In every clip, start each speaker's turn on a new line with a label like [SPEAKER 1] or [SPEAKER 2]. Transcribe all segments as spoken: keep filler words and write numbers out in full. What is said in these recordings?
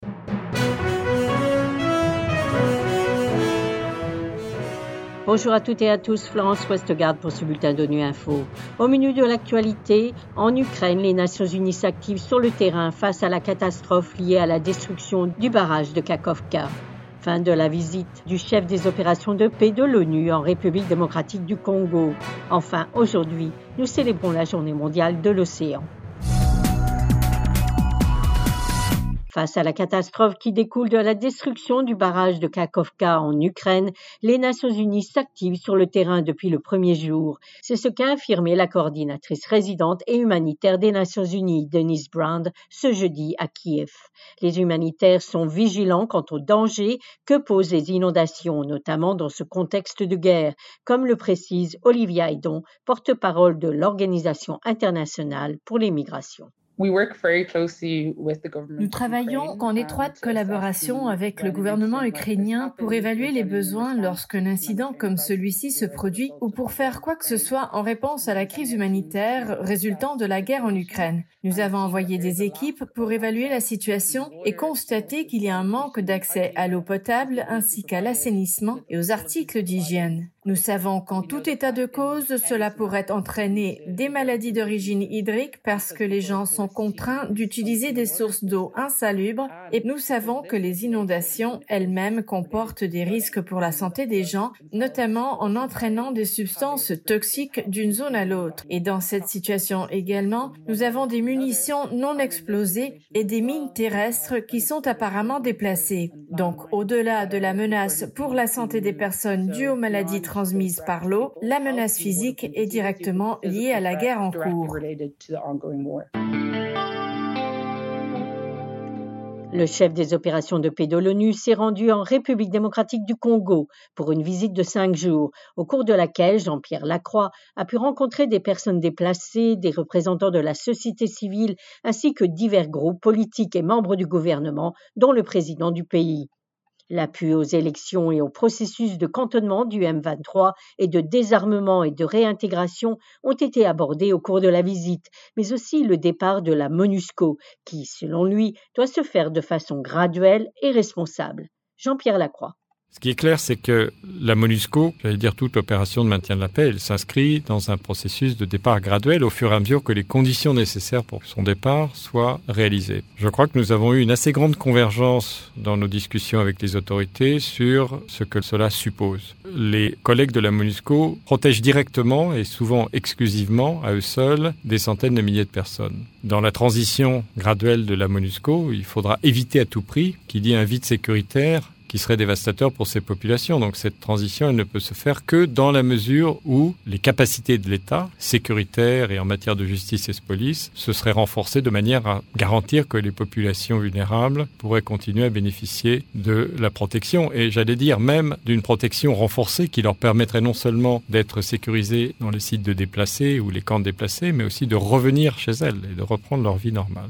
[SPEAKER 1] Bonjour à toutes et à tous, Florence Westgard pour ce bulletin d'ONU Info. Au menu de l'actualité, en Ukraine, les Nations Unies s'activent sur le terrain face à la catastrophe liée à la destruction du barrage de Kakhovka. Fin de la visite du chef des opérations de paix de l'ONU en République démocratique du Congo. Enfin, aujourd'hui, nous célébrons la Journée mondiale de l'océan. Face à la catastrophe qui découle de la destruction du barrage de Kakhovka en Ukraine, les Nations Unies s'activent sur le terrain depuis le premier jour. C'est ce qu'a affirmé la coordinatrice résidente et humanitaire des Nations Unies, Denise Brown, ce jeudi à Kiev. Les humanitaires sont vigilants quant aux dangers que posent les inondations, notamment dans ce contexte de guerre, comme le précise Olivia Hedon, porte-parole de l'Organisation internationale pour les migrations.
[SPEAKER 2] Nous travaillons en étroite collaboration avec le gouvernement ukrainien pour évaluer les besoins lorsqu'un incident comme celui-ci se produit ou pour faire quoi que ce soit en réponse à la crise humanitaire résultant de la guerre en Ukraine. Nous avons envoyé des équipes pour évaluer la situation et constater qu'il y a un manque d'accès à l'eau potable ainsi qu'à l'assainissement et aux articles d'hygiène. Nous savons qu'en tout état de cause, cela pourrait entraîner des maladies d'origine hydrique parce que les gens sont contraints d'utiliser des sources d'eau insalubres et nous savons que les inondations elles-mêmes comportent des risques pour la santé des gens, notamment en entraînant des substances toxiques d'une zone à l'autre. Et dans cette situation également, nous avons des munitions non explosées et des mines terrestres qui sont apparemment déplacées. Donc, au-delà de la menace pour la santé des personnes due aux maladies transmises par l'eau, la menace physique est directement liée à la guerre en cours.
[SPEAKER 1] Le chef des opérations de paix de l'ONU s'est rendu en République démocratique du Congo pour une visite de cinq jours, au cours de laquelle Jean-Pierre Lacroix a pu rencontrer des personnes déplacées, des représentants de la société civile, ainsi que divers groupes politiques et membres du gouvernement, dont le président du pays. L'appui aux élections et au processus de cantonnement du M vingt-trois et de désarmement et de réintégration ont été abordés au cours de la visite, mais aussi le départ de la MONUSCO, qui, selon lui, doit se faire de façon graduelle et responsable. Jean-Pierre Lacroix.
[SPEAKER 3] Ce qui est clair, c'est que la MONUSCO, j'allais dire toute l'opération de maintien de la paix, elle s'inscrit dans un processus de départ graduel au fur et à mesure que les conditions nécessaires pour son départ soient réalisées. Je crois que nous avons eu une assez grande convergence dans nos discussions avec les autorités sur ce que cela suppose. Les collègues de la MONUSCO protègent directement et souvent exclusivement à eux seuls des centaines de milliers de personnes. Dans la transition graduelle de la MONUSCO, il faudra éviter à tout prix qu'il y ait un vide sécuritaire qui serait dévastateur pour ces populations. Donc cette transition, elle ne peut se faire que dans la mesure où les capacités de l'État, sécuritaires et en matière de justice et de police, se seraient renforcées de manière à garantir que les populations vulnérables pourraient continuer à bénéficier de la protection. Et j'allais dire même d'une protection renforcée qui leur permettrait non seulement d'être sécurisées dans les sites de déplacés ou les camps de déplacés, mais aussi de revenir chez elles et de reprendre leur vie normale.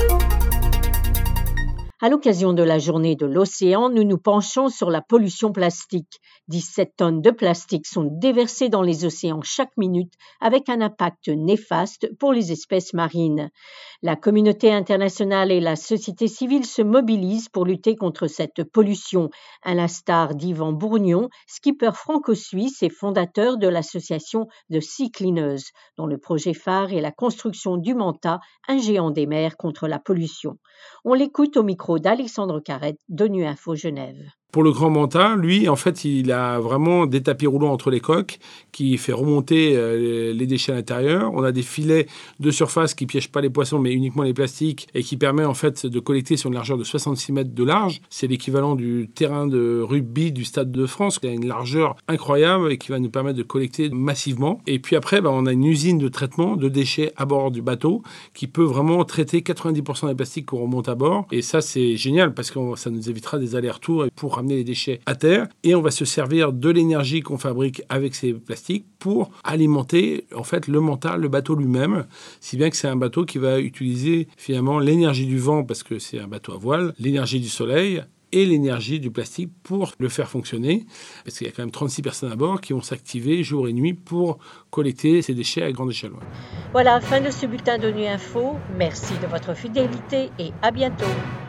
[SPEAKER 1] À l'occasion de la journée de l'océan, nous nous penchons sur la pollution plastique. dix-sept tonnes de plastique sont déversées dans les océans chaque minute avec un impact néfaste pour les espèces marines. La communauté internationale et la société civile se mobilisent pour lutter contre cette pollution, à l'instar d'Yvan Bourgnon, skipper franco-suisse et fondateur de l'association The Sea Cleaners, dont le projet phare est la construction du Manta, un géant des mers contre la pollution. On l'écoute au micro d'Alexandre Carrette d'ONU Info Genève.
[SPEAKER 4] Pour le Grand Manta, lui, en fait, il a vraiment des tapis roulants entre les coques qui fait remonter euh, les déchets à l'intérieur. On a des filets de surface qui piègent pas les poissons, mais uniquement les plastiques et qui permet en fait de collecter sur une largeur de soixante-six mètres de large. C'est l'équivalent du terrain de rugby du Stade de France, qui a une largeur incroyable et qui va nous permettre de collecter massivement. Et puis après, bah, on a une usine de traitement de déchets à bord du bateau qui peut vraiment traiter quatre-vingt-dix pour cent des plastiques qu'on remonte à bord. Et ça, c'est génial parce que ça nous évitera des allers-retours pour ramener les déchets à terre, et on va se servir de l'énergie qu'on fabrique avec ces plastiques pour alimenter en fait le Manta, le bateau lui-même, si bien que c'est un bateau qui va utiliser finalement l'énergie du vent parce que c'est un bateau à voile, l'énergie du soleil et l'énergie du plastique pour le faire fonctionner, parce qu'il y a quand même trente-six personnes à bord qui vont s'activer jour et nuit pour collecter ces déchets à grande échelle.
[SPEAKER 1] Voilà, fin de ce bulletin d'ONU Info. Merci de votre fidélité et à bientôt.